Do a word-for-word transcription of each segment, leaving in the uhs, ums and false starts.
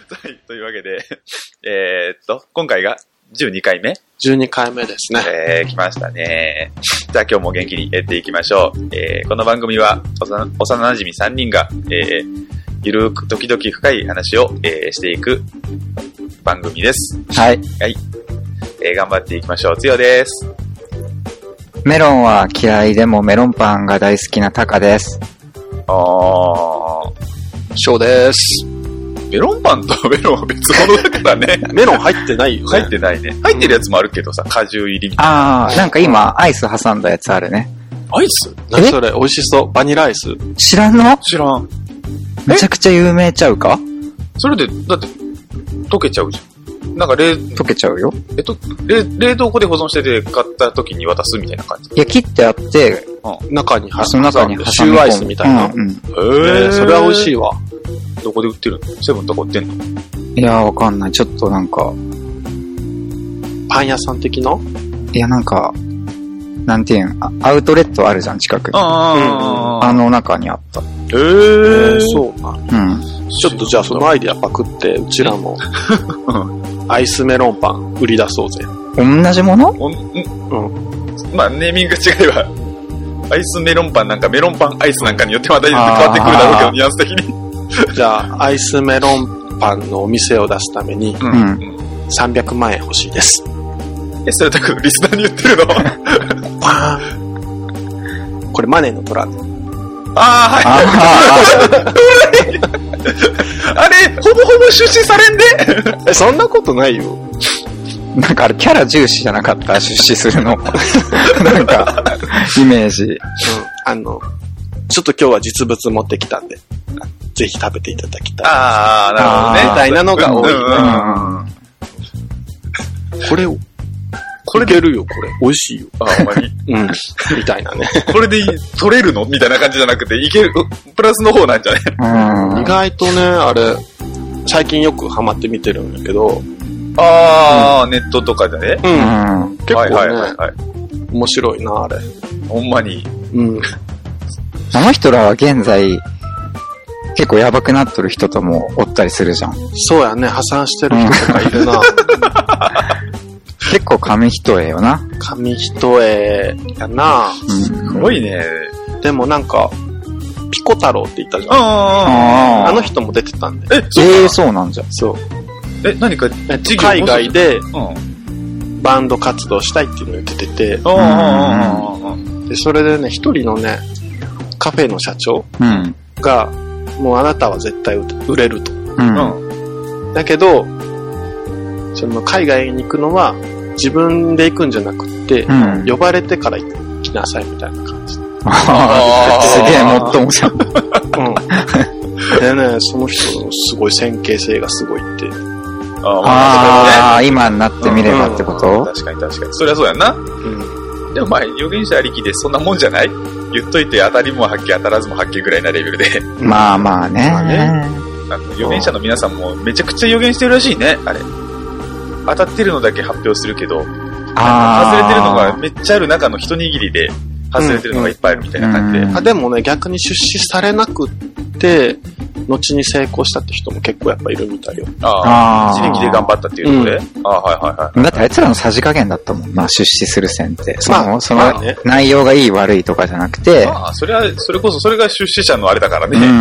はい、というわけで、えー、っと、今回がじゅうにかいめ ? じゅうにかいめですね。 えー、来ましたね。じゃあ今日も元気にやっていきましょう。えー、この番組は幼、幼馴染さんにんが、えー、ゆるく時々深い話を、えー、していく番組です。 はい。 はい。えー、頑張っていきましょう。つよです。 メロンは嫌いでもメロンパンが大好きなタカです。 あー。 ショーです。 メロンパンとメロンは別物だからね。 メロン入ってないよね。 入ってないね。入ってるやつもあるけどさ、果汁入りみたいな。あー、なんか今、アイス挟んだやつあるね。 アイス？何それ？美味しそう。バニラアイス？ 知らんの？ 知らん。 めちゃくちゃ有名ちゃうか？ それで、だって、溶けちゃうじゃん。なんか冷、 溶けちゃうよ。 えっと、冷、冷凍庫で保存してて買った時に渡すみたいな感じ。 いや、切ってあって、 うん、中に挟んで、 その中に挟んでシューアイスみたいな。 うんうん、 へー、それは美味しいわ。 どこで売ってるの？セブンとか売ってんの？ いやー、わかんない。ちょっとなんか、 パン屋さん的な？ いや、なんか、なんていうん、アウトレットあるじゃん、近くに。 あ, うん、あの中にあった。 へー、そうなん。 うん。 ちょっとじゃあそのアイディアパクって、うちらも、アイスメロンパン売り出そうぜ。 同じもの？ うん。まあ、ネーミング違いは、アイスメロンパンなんかメロンパンアイスなんかによってまた変わってくるだろうけど、ニュアンス的に。 じゃあ、アイスメロンパンのお店を出すために、うん、さんびゃくまんえん欲しいです。 え、それだけリスナーに言ってるの？ パーン。これマネーのトラン。 あー、はい。あれ、ほぼほぼ出資されんでえ、そんなことないよ。 なんかあれキャラ重視じゃなかった出資するの。なんか、イメージ。うん。 あの、ちょっと今日は実物持ってきたんで、ぜひ食べていただきたい。 ああ、なるほどね。 みたいなのが多い、ね。 うんうんうん、これを、これいけるよ、これ。美味しいよ。 あ、ほんまに。 うん。みたいなね。 これで取れるのみたいな感じじゃなくて、いける、プラスの方なんじゃね？ 意外とね、あれ、最近よくハマって見てるんだけど、 ああ、うん、ネットとかでね。 うん。結構ね、はいはいはい、面白いな、あれ。 ほんまに。 うん。 あの人らは現在、結構やばくなっとる人ともおったりするじゃん。 そうやね、破産してる人とかいるな。 結構紙一重よな。 紙一重やな、 うん、すごいね。 でもなんか、ピコ太郎って言ったじゃん。 ああの人も出てたんで。 え、そう、えー、そうなんじゃ。 そう。 え、何か、 海外で、バンド活動したいっていうのを言ってて、で、それでね、一人のね、カフェの社長が、うん、もうあなたは絶対売れると。うん、だけど、その海外に行くのは自分で行くんじゃなくて、うん、呼ばれてから行きなさいみたいな感じ。 あすげえもっともじゃん。うん。 でね、その人のすごい線形性がすごいって。 ああ、ね、今になってみればってこと、うん、 確かに確かに。そりゃそうやな。うん。でもまあ、予言者ありきでそんなもんじゃない？言っといて当たりも発見当たらずも発見ぐらいなレベルで。 まあまあね。まあね。 予言者の皆さんもめちゃくちゃ予言してるらしいね、あれ。当たってるのだけ発表するけど、あ外れてるのがめっちゃある中の一握りで外れてるのがいっぱいあるみたいな感じで。 うんうん、あでもね、逆に出資されなくって、後に成功したって人も結構やっぱいるみたいよ。 ああ。一撃で頑張ったっていうところで、うん、ああ、はいはいはい。 だってあいつらのさじ加減だったもんな、出資する線って。その、 まあ、 その、ね、内容がいい悪いとかじゃなくて。 ああ、それは、それこそそれが出資者のあれだからね。 うん。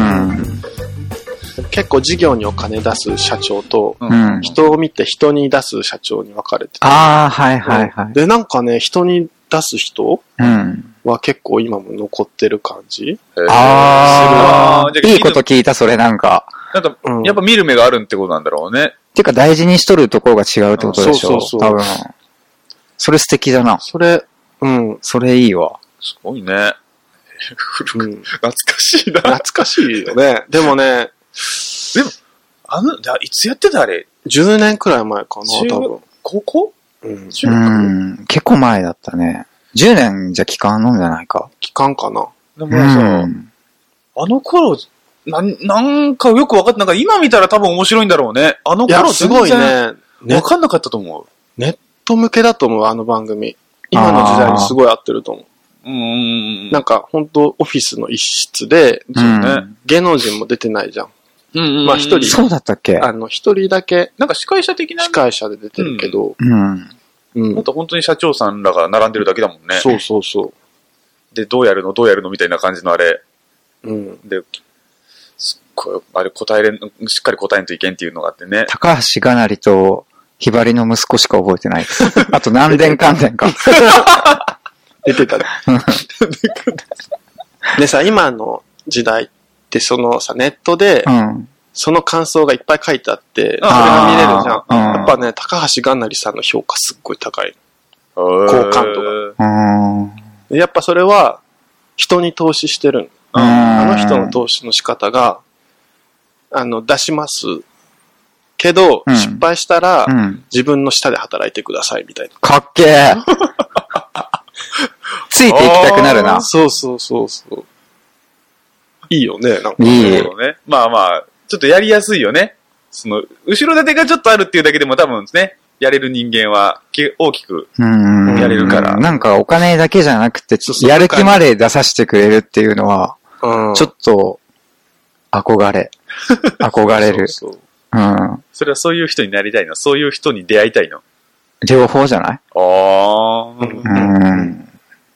結構事業にお金出す社長と、うん、人を見て人に出す社長に分かれてて。 ああ、はいはいはい。 で、なんかね、人に出す人は結構今も残ってる感じ。 うん、ああ、いいこと聞いた、それなんか。 なんか、うん、やっぱ見る目があるってことなんだろうね。 てか大事にしとるところが違うってことでしょ。 うん、そうそうそう。 多分。それ素敵だな。 それ、うん。 それいいわ。 すごいね。古く、うん、懐かしいな。 懐かしいよね。でもね、 でも、あの、いつやってたあれ ? じゅう 年くらい前かな、多分。 高校うん。中学うん結構前だったね。じゅうねんじゃ期間のんじゃないか。 期間かな。 でもさ、うん、あの頃、な、なんかよくわかって、なんか今見たら多分面白いんだろうね。あの頃すごいね。 わかんなかったと思う。 ネット向けだと思う、あの番組。今の時代にすごい合ってると思う。 うん。 なんか本当オフィスの一室で、 うん、 芸能人も出てないじゃん。 うんうん、まあ一人。 そうだったっけ？ あの、一人だけ。 なんか司会者的な。 司会者で出てるけど。 うん。 うん。もっと本当に社長さんらが並んでるだけだもんね。 そうそうそう。 で、どうやるのどうやるのみたいな感じのあれ。 うん。 で、すっごい、あれ答えれん、しっかり答えんといけんっていうのがあってね。 高橋がなりと、ひばりの息子しか覚えてない。あと何年関連か。 出てたね。でさ、今の時代ってそのさ、ネットで、うん、その感想がいっぱい書いてあって、それが見れるじゃん。やっぱね、高橋がなりさんの評価すっごい高い。好感度が。やっぱそれは、人に投資してる。あの人の投資の仕方が、あの、出します。けど、うん、失敗したら、うん、自分の下で働いてください、みたいな。 かっけーついていきたくなるな。 そうそうそうそう。いいよね、なんか。 いいよね。まあまあ、ちょっとやりやすいよね。その、後ろ盾がちょっとあるっていうだけでも多分ね、やれる人間は大きくやれるから。 なんかお金だけじゃなくて、やる気まで出させてくれるっていうのは、うん、ちょっと、憧れ。憧れる。そうそううん。 それはそういう人になりたいの？そういう人に出会いたいの？ 両方じゃない？ ああ。 うん。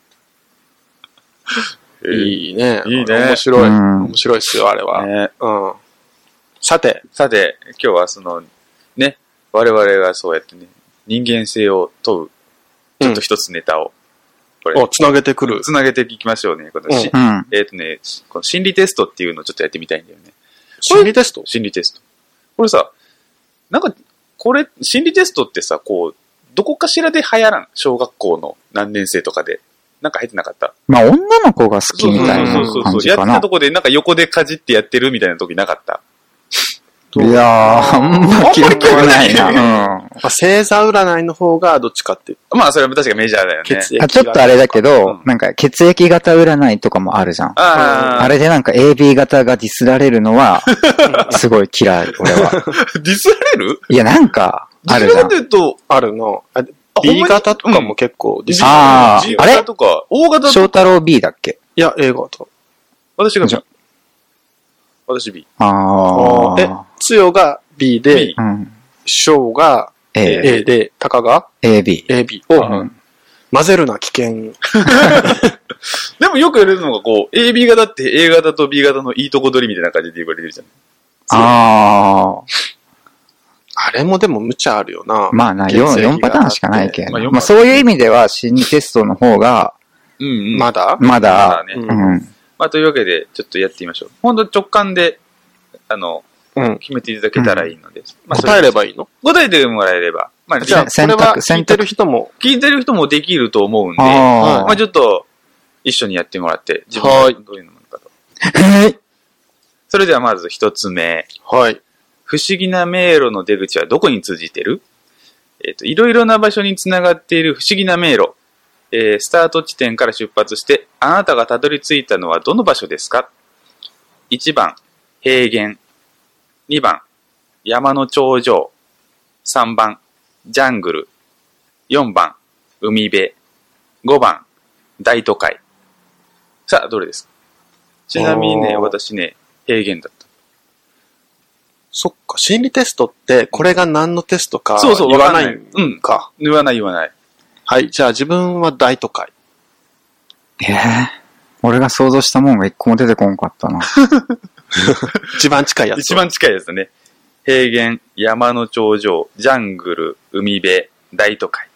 いいね。 いいね。 面白い。面白いっすよ、あれは。ね、うん。さて。 さて、今日はその、ね、我々がそうやってね、人間性を問う、ちょっと一つネタを、 これ。お、つなげてくる。 つなげていきましょうね。このしうん、えっとね、この心理テストっていうのをちょっとやってみたいんだよね。 心理テスト？ 心理テスト。これさ、なんか、これ、心理テストってさ、こう、どこかしらで流行らん。小学校の何年生とかで。なんか入ってなかった。 まあ、女の子が好きみたいな感じかな。そうそうそうそう。 やってたとこで、なんか横でかじってやってるみたいな時なかった。 いやー、あんま記憶はないな。うん。まあ、星座占いの方がどっちかっていう。 まあ、それは確かメジャーだよね。 血液あちょっとあれだけど、うん、なんか血液型占いとかもあるじゃん。あ, あれでなんか エービー 型がディスられるのは、すごい嫌い、俺は。 ディスられる？ いや、なんか、あるじゃん。 ディスられると、あるの。B 型とかも結構ディスられる。ああ、あれとか、O 型とか。 翔太郎 B だっけ？ いや、A 型。 私が B。私 B。 ああ。 え、つよが B で、翔、うん、が A, A で、タカがエービー。 エービー を、うん、混ぜるな危険。 でもよく言われるのがこう、エービー 型って A 型と B 型のいいとこ取りみたいな感じで言われてるじゃん。 ああ。 あれもでも無茶あるよな。 まあな、よん, よんパターンしかないけど、まあまあ、そういう意味では心理テストの方が、 うんうん、 まだまだ、 まだね。うん。まあというわけで、ちょっとやってみましょう。ほんと直感で、あの、うん、決めていただけたらいいので。うんまあ、答えればいいの？ 答えてもらえれば。まあ、 じゃあ、選択、聞いてる人も。 聞いてる人もできると思うんで、あまあちょっと、一緒にやってもらって、自分がどういうのかと。 はい。 それではまず一つ目。 はい。 不思議な迷路の出口はどこに通じてる？えっと、いろいろな場所につながっている不思議な迷路。えー、スタート地点から出発して、あなたがたどり着いたのはどの場所ですか？ いち 番、平原。にばん、山の頂上。さんばん、ジャングル。よんばん、海辺。ごばん、大都会。さあ、どれですか？ちなみにね、私ね、平原だった。 そっか、心理テストって、これが何のテストか言わないんか。 うん。言わない言わない。 はい、じゃあ自分は大都会。 ええー、俺が想像したもんが一個も出てこんかったな。 一番近いやつ。 一番近いやつだね。平原、山の頂上、ジャングル、海辺、大都会。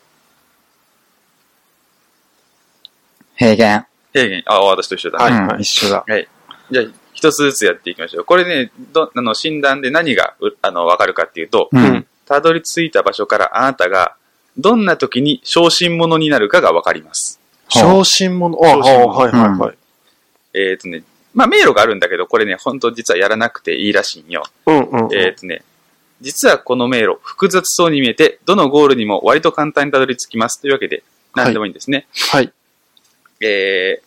平原。 平原。あ、私と一緒だね。はい、うん、一緒だ。 はい。じゃあ、一つずつやっていきましょう。これね、ど、あの、診断で何が、あの、わかるかっていうと、うん、たどり着いた場所からあなたが、どんな時に小心者になるかがわかります。 小心者？ああ、はいはいはい。 えっとね、まあ、迷路があるんだけど、これね、本当実はやらなくていいらしいんよ。 うんうんうん、 えっとね、実はこの迷路、複雑そうに見えて、どのゴールにも割と簡単にたどり着きます。というわけで、何でもいいんですね。 はい。はい、 え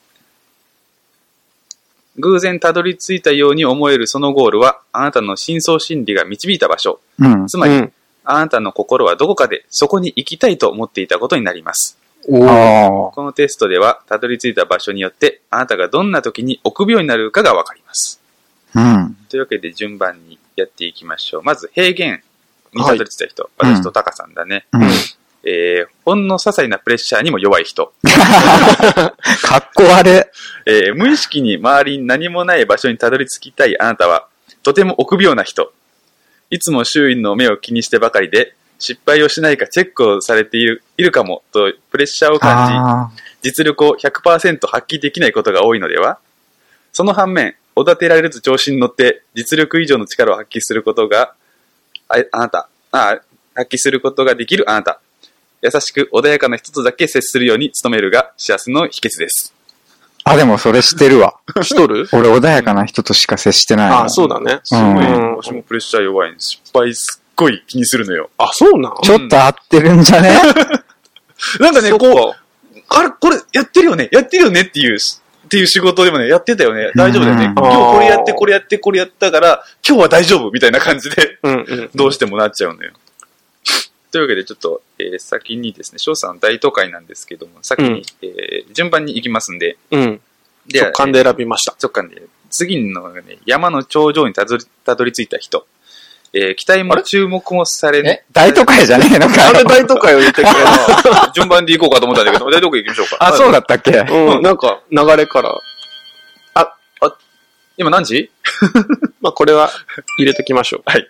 ー、偶然たどり着いたように思えるそのゴールは、あなたの深層心理が導いた場所。 うん、 つまり、うん、あなたの心はどこかでそこに行きたいと思っていたことになります。 おこのテストでは、たどり着いた場所によって、あなたがどんな時に臆病になるかがわかります。 うん。 というわけで順番にやっていきましょう。まず、平原にたどり着いた人。はい、私とタカさんだね。うんえー、ほんの些細なプレッシャーにも弱い人。 かっこ悪い。 えー、無意識に周りに何もない場所にたどり着きたいあなたは、とても臆病な人。いつも周囲の目を気にしてばかりで、失敗をしないかチェックをされている、いるかもとプレッシャーを感じ、実力を ひゃくパーセント 発揮できないことが多いのでは？その反面、おだてられると調子に乗って実力以上の力を発揮することが、あ、あなた、あ、発揮することができるあなた。優しく穏やかな人とだけ接するように努めるが幸せの秘訣です。 あ、でもそれ知ってるわ。 知っとる？ 俺穏やかな人としか接してない。 あ、そうだね。 すごい、うん。私もプレッシャー弱いんです。失敗すっごい気にするのよ。 あ、そうなの？ ちょっと合ってるんじゃね？ なんかね、こう、あれ、これやってるよねやってるよねっていう、っていう仕事でもね、やってたよね。大丈夫だよね。今日これやって、これやって、これやったから、今日は大丈夫みたいな感じで、うんうん、どうしてもなっちゃうのよ。というわけで、ちょっと、えー、先にですね、翔さん大都会なんですけども、先に、うんえー、順番に行きますんで、 うん。で、直感で選びました。 直感で。次の、ね、山の頂上にたどり、たどり着いた人。えー、期待も注目もされね。大都会じゃねえのか。 あれ大都会を言ってくれな。 順番で行こうかと思ったんだけど、大都会行きましょうか。 あ、そうだったっけ？ うん、なんか、流れから。 あ、あ、今何時？ まあ、これは入れてきましょう。 はい。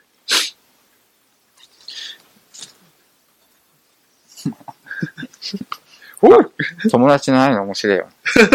友達ないの面白いよ。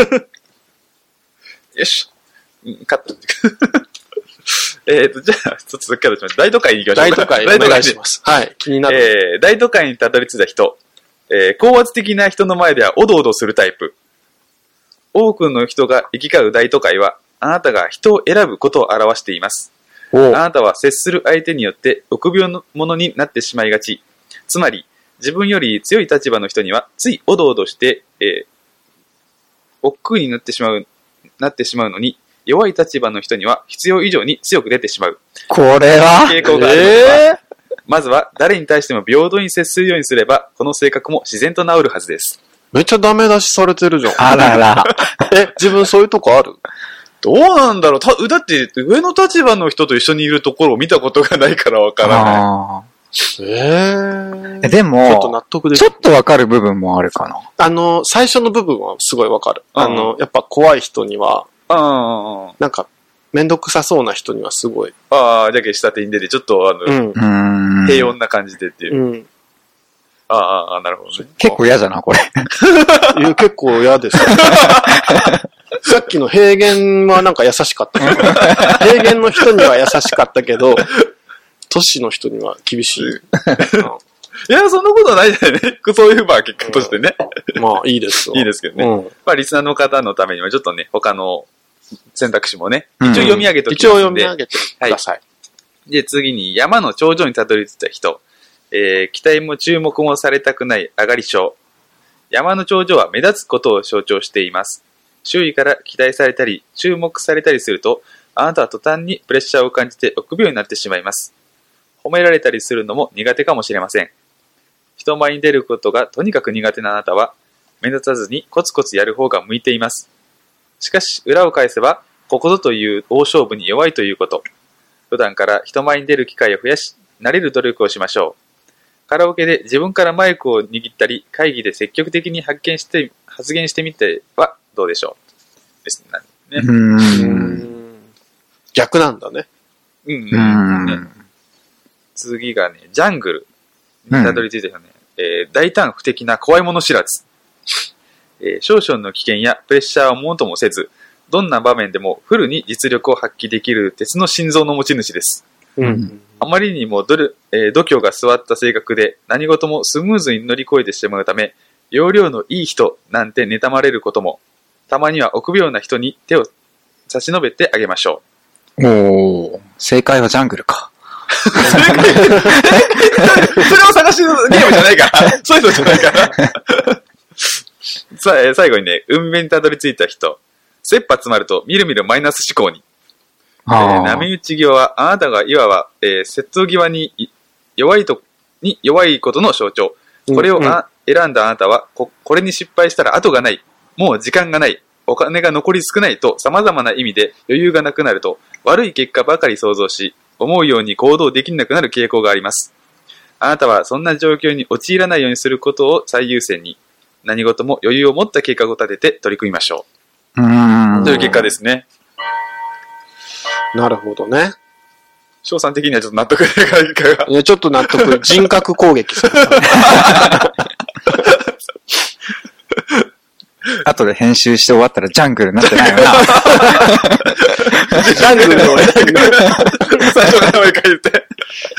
よし。カット。えっと、じゃあ、ちょっと続きから大都会に行きましょうか。 大都会お願いします。はい。気になる。 えー、大都会にたどり着いた人。えー、高圧的な人の前ではおどおどするタイプ。多くの人が行き交う大都会は、あなたが人を選ぶことを表しています。あなたは接する相手によって臆病者になってしまいがち。つまり、自分より強い立場の人にはついおどおどして、えー、億劫になってしまう、なってしまうのに、弱い立場の人には必要以上に強く出てしまう。 これは傾向があるのでは、えー、まずは誰に対しても平等に接するようにすれば、この性格も自然と治るはずです。 めっちゃダメ出しされてるじゃん。 あらら。 え、自分そういうとこある？ どうなんだろう。た、だって上の立場の人と一緒にいるところを見たことがないからわからない。 えー、 でも、 ちょっと納得できる。ちょっとわかる部分もあるかな。 あの、最初の部分はすごいわかる。あの、やっぱ怖い人には、なんか、めんどくさそうな人にはすごい。 ああ、じゃけ下手に出て、ちょっと、あの、うん、平穏な感じでっていう。うん、ああ、なるほどね。 結構嫌じゃな、これ。 いや、結構嫌です。さっきの平原はなんか優しかったけど、平原の人には優しかったけど、都市の人には厳しい。いや、そんなことはないじゃないね。そういうまあ結果としてね。 うん、まあいいですよ。 いいですけどね。うん、まあリスナーの方のためにはちょっとね、他の選択肢もね、一応読み上げておきますので、 うん、一応読み上げてください。はい、 で、次に山の頂上にたどり着いた人。えー、期待も注目もされたくない上がり症。山の頂上は目立つことを象徴しています。周囲から期待されたり、注目されたりすると、あなたは途端にプレッシャーを感じて臆病になってしまいます。褒められたりするのも苦手かもしれません。人前に出ることがとにかく苦手なあなたは、目立たずにコツコツやる方が向いています。しかし、裏を返せば、ここぞという大勝負に弱いということ。普段から人前に出る機会を増やし、慣れる努力をしましょう。カラオケで自分からマイクを握ったり、会議で積極的に発言して、発言してみてはどうでしょうですね。 うーん。逆なんだね。 うん、うん、ね。次がね、ジャングルにたどり着いたよね。うん、えー、大胆不敵な怖いもの知らず。えー、少々の危険やプレッシャーをものともせず、どんな場面でもフルに実力を発揮できる鉄の心臓の持ち主です。うん、あまりにも度、えー、度胸が据わった性格で何事もスムーズに乗り越えてしまうため、容量のいい人なんて妬まれることも、たまには臆病な人に手を差し伸べてあげましょう。おー、正解はジャングルか。 それを探しのゲームじゃないから。そういうのじゃないから。さあ、最後にね、運命にたどり着いた人。切羽詰まるとみるみるマイナス思考に。えー、波打ち際はあなたがいわば、えー、瀬戸際に弱いとに弱いことの象徴。これをあ、うんうん、選んだあなたはこ、これに失敗したら後がない。もう時間がない。お金が残り少ないと様々な意味で余裕がなくなると、 悪い結果ばかり想像し、思うように行動できなくなる傾向があります。あなたはそんな状況に陥らないようにすることを最優先に、何事も余裕を持った計画を立てて取り組みましょう。うーん。という結果ですね。 なるほどね。 翔さん的にはちょっと納得いかないかが。 いや、ちょっと納得。人格攻撃する。 後で編集して終わったらジャングルになってないよな。 ジャングルの俺。 最初から俺から言って。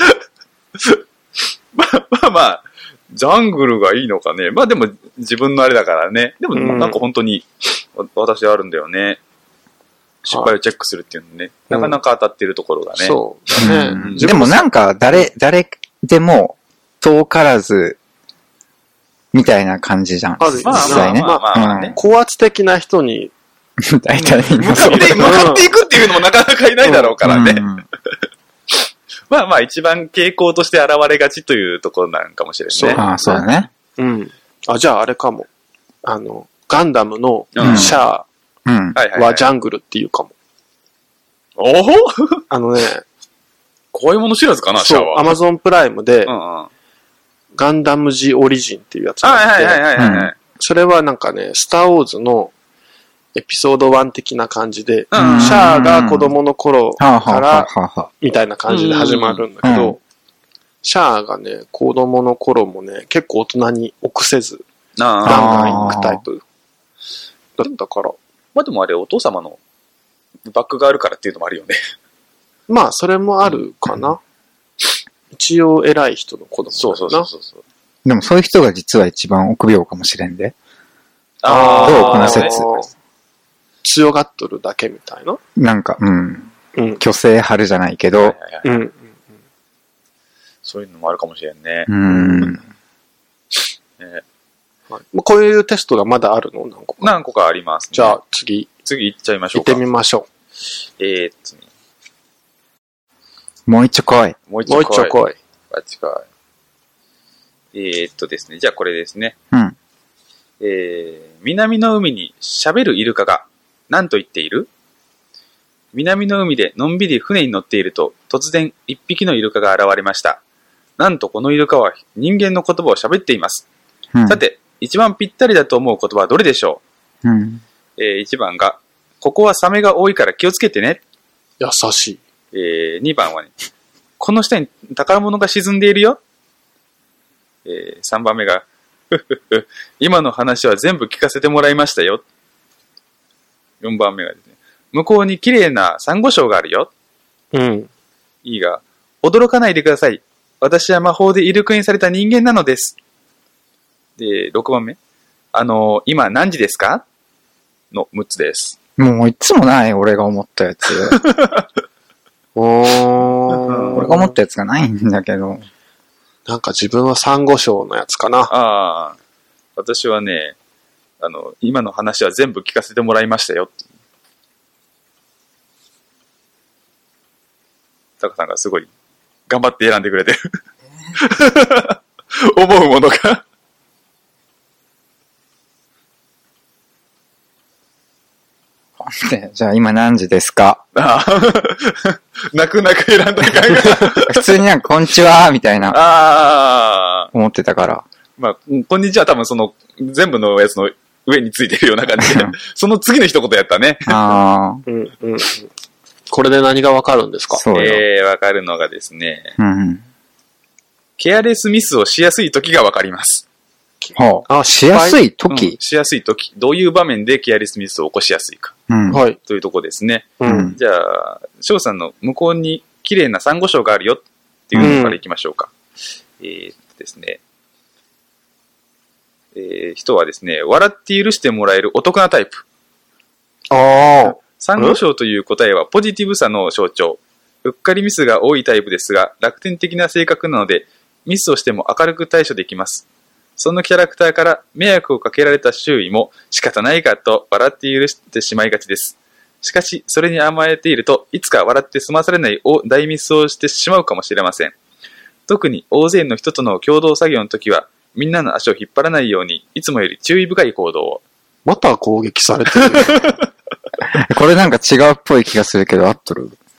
まあまあまあ、ジャングルがいいのかね。まあでも自分のあれだからね。でもなんか本当に私あるんだよね。失敗をチェックするっていうのね。なかなか当たってるところがね。 そうだね。 うん、でもなんか誰、誰でも遠からずみたいな感じじゃん。 ある実際ね。 まあまあまあね。高圧的な人に大体向かって、向かっていくっていうのもなかなかいないだろうからね。うん、まあまあ一番傾向として現れがちというところなんかもしれないね。 ああ、そうだね。 うん。あ、じゃああれかも。あの、ガンダムのシャアはジャングルっていうかも。 おおあのね、 怖いもの知らずかな、シャアは。 そう、アマゾンプライムで、うんうん、ガンダムジオリジンっていうやつがあって、はいはいはいはい、はい。 それはなんかね、スターウォーズのエピソードワン的な感じで、うん、シャアが子供の頃からみたいな感じで始まるんだけど、うん、シャアがね、子供の頃もね、結構大人に臆せず、ガンガン行くタイプだったから。 まあでもあれお父様のバックがあるからっていうのもあるよね。 まあそれもあるかな。うん、一応偉い人の子供だな。 そうそうそうそう。 でもそういう人が実は一番臆病かもしれんで。 ああ。 どうこの説。 強がっとるだけみたいな。 なんか、うん。うん、虚勢張るじゃないけど、はいはいはい、うん。 そういうのもあるかもしれんね。 うん。ね、 はい、こういうテストがまだあるの？何個か。 何個かありますね。 じゃあ次。 次行っちゃいましょうか。 行ってみましょう。えーっとね。 もう一丁来い。 もう一丁来い。 もう一丁来い。 あっちかい。えーっとですね。じゃあこれですね。 うん。 えー、南の海に喋るイルカが何と言っている？南の海でのんびり船に乗っていると突然一匹のイルカが現れました。なんとこのイルカは人間の言葉を喋っています。うん、さて、一番ぴったりだと思う言葉はどれでしょう？うん、 えー、いちばんが、ここはサメが多いから気をつけてね。 優しい。 えー、にばんはね、この下に宝物が沈んでいるよ。えー、さんばんめが、ふふふ、今の話は全部聞かせてもらいましたよ。よんばんめがですね、向こうに綺麗なサンゴ礁があるよ。 うん。 いいが、驚かないでください。私は魔法でイルカにされた人間なのです。で、ろくばんめ。あのー、今何時ですか？のむっつです。 もういつもない、俺が思ったやつ。 おー。 俺が思ったやつがないんだけど。 なんか自分はサンゴ礁のやつかな。 ああ。私はね、あの、今の話は全部聞かせてもらいましたよって。タカさんがすごい頑張って選んでくれてる。思うものが。 じゃあ今何時ですか？ ああ。泣く泣く選んだ感が。 普通になんかこんにちはみたいな。 ああ。 思ってたから。 まあ、こんにちは多分その全部のやつの上についてるような感じで、その次の一言やったね。 ああ。 うんうん。これで何がわかるんですか？ そうええー、わかるのがですね、 うん。 ケアレスミスをしやすい時がわかります。 はあ、あ、しやすい時、 うん、しやすい時。どういう場面でケアレスミスを起こしやすいか。 うん。 はい。 というとこですね。 うん。 じゃあ、翔さんの向こうに綺麗なサンゴ礁があるよっていうのからいきましょうか。うん、えー、っとですね。えー、人はですね、笑って許してもらえるお得なタイプ。 ああ。 サンゴ礁という答えはポジティブさの象徴。うっかりミスが多いタイプですが、楽天的な性格なので、ミスをしても明るく対処できます。そのキャラクターから迷惑をかけられた周囲も仕方ないかと笑って許してしまいがちです。しかし、それに甘えていると、いつか笑って済まされない大ミスをしてしまうかもしれません。特に大勢の人との共同作業の時は、みんなの足を引っ張らないように、いつもより注意深い行動を。 また攻撃されてる。 これなんか違うっぽい気がするけど、合っとる？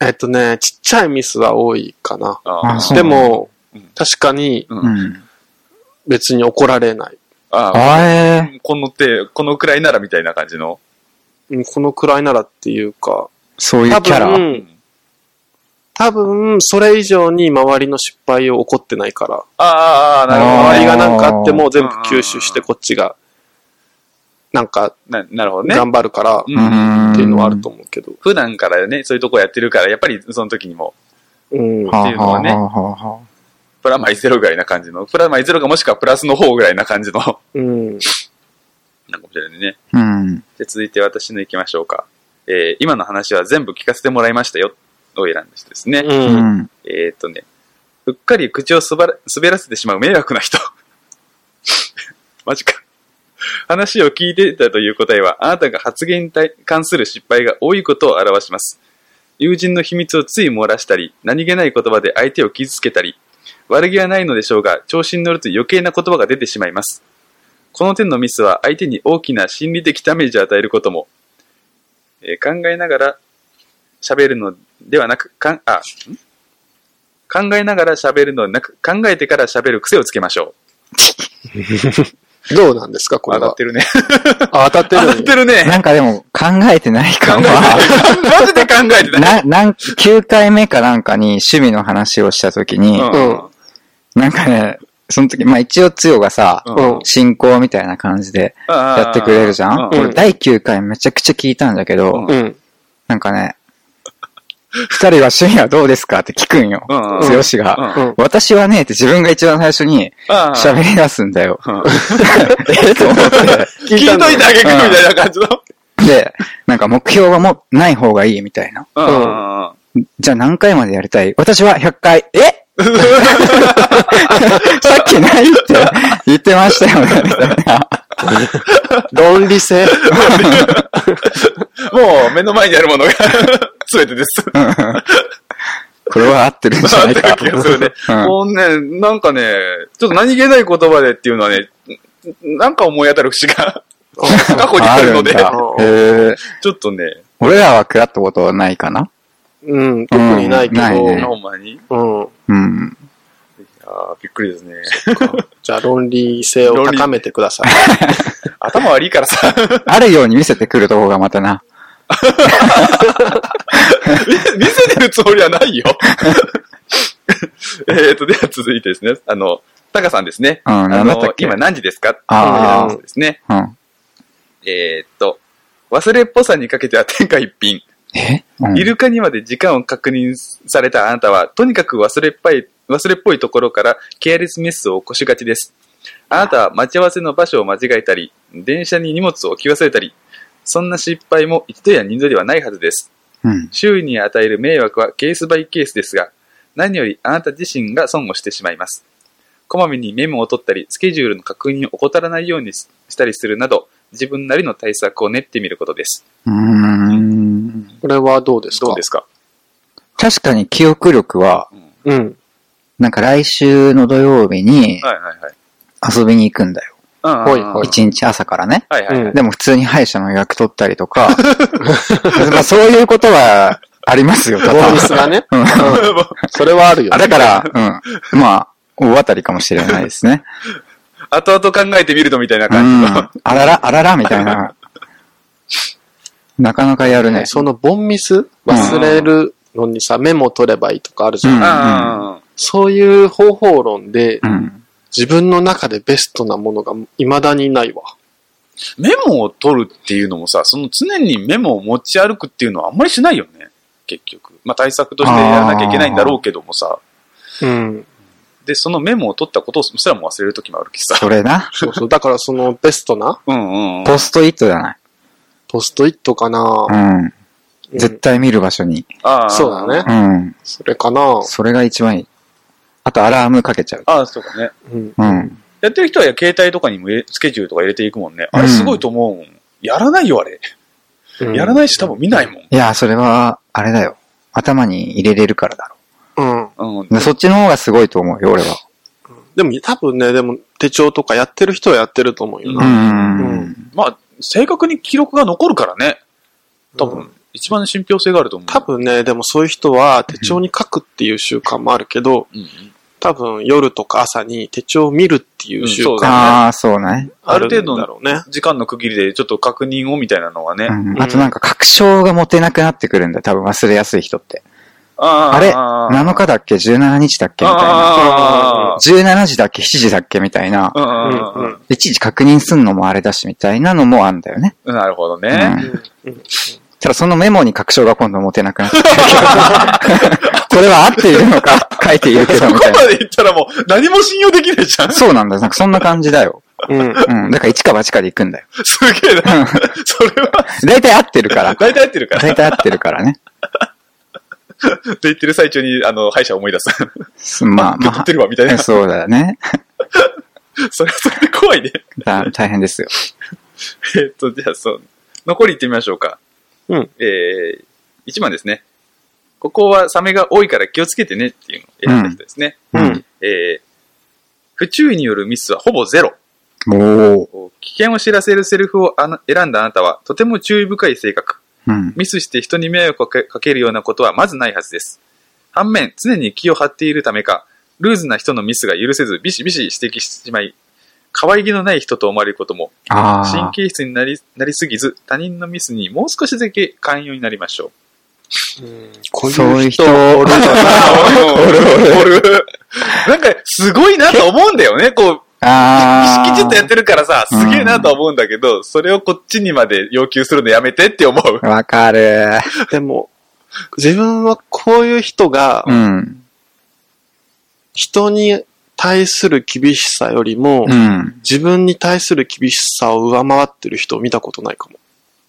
えっとね、ちっちゃいミスは多いかな。 あでも、うん、確かに、 うん、 別に怒られない。 ああ、えー、この手、このくらいならみたいな感じの。 うん、このくらいならっていうか。 そういうキャラ？ 多分、多分それ以上に周りの失敗を怒ってないから。 ああ、なるほど。 周りがなんかあっても全部吸収してこっちが、なんか、 な, なるほどね。 頑張るから、っていうのはあると思うけど。 普段からね、そういうとこやってるから、やっぱりその時にも。 うん。 っていうのはね。はあはあはあ、プラマイゼロぐらいな感じの。プラマイゼロかもしくはプラスの方ぐらいな感じの。 うん。 なんかもしれないね。 うん。 で、続いて私の行きましょうか。えー、今の話は全部聞かせてもらいましたよ。を選んだ人ですね。 うん。 えー、っとね、うっかり口をすばら滑らせてしまう迷惑な人。マジか。話を聞いていたという答えは、あなたが発言に関する失敗が多いことを表します。友人の秘密をつい漏らしたり、何気ない言葉で相手を傷つけたり、悪気はないのでしょうが、調子に乗ると余計な言葉が出てしまいます。この点のミスは相手に大きな心理的ダメージを与えることも、えー、考えながら喋るのではなく、かんあん考えながら喋るのではなく、考えてから喋る癖をつけましょう。どうなんですかこれは。 当たってるね。 あ、当たってる、ね。 当たってるね。 なんかでも考えてないかも。 マジで考えてない。 な、なん、きゅうかいめかなんかに趣味の話をしたときに、うん、なんかね、その時、まあ一応つよがさ、うん、進行みたいな感じでやってくれるじゃん、うん、俺だいきゅうかいめちゃくちゃ聞いたんだけど、うん、なんかね、二人は趣味はどうですかって聞くんよ。つよしが、うん。私はねって自分が一番最初に喋り出すんだよ。うん、えと思って。 聞いといてあげくみたいな感じの。 で、なんか目標はもうない方がいいみたいな。うん、じゃあ何回までやりたい？私はひゃっかい。えさっきないって言ってましたよね。みたいな。 論理性。 もう目の前にあるものが全てです。 これは合ってるんじゃないか。 合ってる気がするね。うん、もうね、なんかね、ちょっと何気ない言葉でっていうのはね、なんか思い当たる節が過去にあるので、 へちょっとね。 俺らは食らったことはないかな？ うん、特にないけど。うん、ないね。 ほんまに？ うん。 うん。 いやー、びっくりですね。 じゃあ論理性を高めてください。 頭悪いからさ。 あるように見せてくるとこがまたな。 見せてるつもりはないよ。えっと、では続いてですね、あの、タカさんですね。 うん、 あの、今何時ですか？ ああ。 ですね。 うん。 えっと、忘れっぽさにかけては天下一品。 え、うん、 イルカにまで時間を確認されたあなたは、とにかく忘れっぽい、忘れっぽいところからケアレスミスを起こしがちです。あなたは待ち合わせの場所を間違えたり、電車に荷物を置き忘れたり、そんな失敗も一度や二度ではないはずです。 うん、 周囲に与える迷惑はケースバイケースですが、何よりあなた自身が損をしてしまいます。こまめにメモを取ったり、スケジュールの確認を怠らないようにしたりするなど、自分なりの対策を練ってみることです。 うーん。 これはどうですか？ どうですか？ 確かに記憶力は、 うん。 なんか来週の土曜日にはいはいはい。 遊びに行くんだよ。 はいはい。 一日朝からね。 はいはいはい。 でも普通に歯医者の予約取ったりとか、まあそういうことはありますよ、 ボーナスがね。うん。それはあるよね。 だから、うん。まあ、大当たりかもしれないですね。 後々考えてみるとみたいな感じの。 うん、あらら、あららみたいな。なかなかやるね。 そのボンミス忘れるのにさ、メモ取ればいいとかあるじゃん。 うんうん、 そういう方法論で、 うん、 自分の中でベストなものが未だにないわ。 メモを取るっていうのもさ、その常にメモを持ち歩くっていうのはあんまりしないよね。結局。まあ対策としてやらなきゃいけないんだろうけどもさ。 うん。 で、そのメモを取ったことすらも忘れるときもあるきさ。 それな。 そうそう。だからそのベストな。 うんうん、うん。 ポストイットじゃない。 ポストイットかな。 うん。絶対見る場所に。 ああ。 そうだね。 うん。 それかな。 それが一番いい。あとアラームかけちゃう。 ああ、そうかね。 うん。うん。 やってる人は携帯とかにもスケジュールとか入れていくもんね。あれすごいと思うもん。うん、やらないよ、あれ。うん、やらないし多分見ないもん。 いや、それは、あれだよ。頭に入れれるからだろう。うん。うん、そっちの方がすごいと思うよ、俺は。 でも多分ね、でも手帳とかやってる人はやってると思うよな。 うん。うん、 まあ、正確に記録が残るからね。多分、 一番信憑性があると思う。 多分ね、でもそういう人は手帳に書くっていう習慣もあるけど、うん、多分夜とか朝に手帳を見るっていう習慣が、うん、 ああ、そうね。 ある程度の時間の区切りでちょっと確認をみたいなのはね。 うん、あとなんか確証が持てなくなってくるんだよ。多分忘れやすい人って。あ, あれなのかだっけ ?じゅうしちにちだっけみたいな。じゅうしちじだっけ ?しちじだっけみたいな。いちいち確認すんのもあれだしみたいなのもあるんだよね。 なるほどね。 うん、ただそのメモに確証が今度持てなくなってくるこれは合っているのか書いているけどみたいな。 そこまで言ったらもう何も信用できないじゃん。 そうなんだ。なんかそんな感じだよ。うん。うん。だから一か八かで行くんだよ。 すげえな。それは。 大体合ってるから。 大体合ってるから。 大体合ってるからね。 って言ってる最中に、あの、歯医者思い出す。 まあ、 まあ。取ってるわ、みたいな。 そうだよね。 それはそれで怖いね。 大変ですよ。 えっと、じゃあ、そう。残り行ってみましょうか。 うん。 えー、いちばんですね。ここはサメが多いから気をつけてねっていうのを選んだ人ですね。 うん。うん、 えー、不注意によるミスはほぼゼロ。 お危険を知らせるセリフをあの選んだあなたはとても注意深い性格。 うん、 ミスして人に迷惑をかけるようなことはまずないはずです。反面、常に気を張っているためか、ルーズな人のミスが許せずビシビシ指摘してしまい、可愛げのない人と思われることも、神経質になり、なりすぎず、他人のミスにもう少しだけ寛容になりましょう。うん、こういう人おるおるおる。なんか、すごいなと思うんだよね、こう。 あ意識ちょっとやってるからさ、すげえなと思うんだけど、うん、それをこっちにまで要求するのやめてって思う。 わかる。 でも、自分はこういう人が、 うん、 人に対する厳しさよりも、 うん、 自分に対する厳しさを上回ってる人を見たことないかも。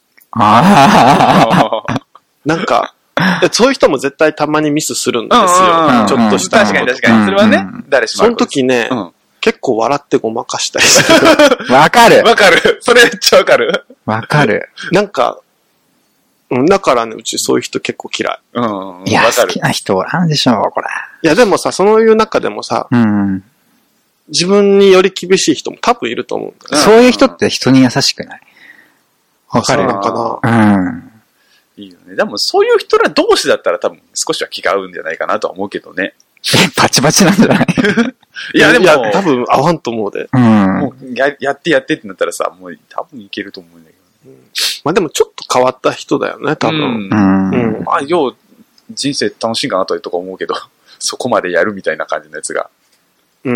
あなんか、そういう人も絶対たまにミスするんですよ。ちょっとした。 確かに確かに。それはね、誰しも。 その時ね、うん結構笑ってごまかしたりする。わかる。 わかる。それめっちゃわかる。 わかる。 なんか、うん、だからね、うちそういう人結構嫌い。 うん。 いや、好きな人おらんでしょ、これ。 いや、でもさ、そういう中でもさ、 うん、 自分により厳しい人も多分いると思うんだよね。そういう人って人に優しくない？ わかるのかな？うん。 いいよね。でもそういう人ら同士だったら多分少しは気が合うんじゃないかなとは思うけどね。 え、バチバチなんじゃないいや、でも、いや、多分合わんと思うで。 うん。 もうや、やってやってってなったらさ、もう多分いけると思うんだけど、うん。まあでもちょっと変わった人だよね、多分。 うん。 うん。 まあ、よう、人生楽しいかなとか思うけど、そこまでやるみたいな感じのやつが。 うん。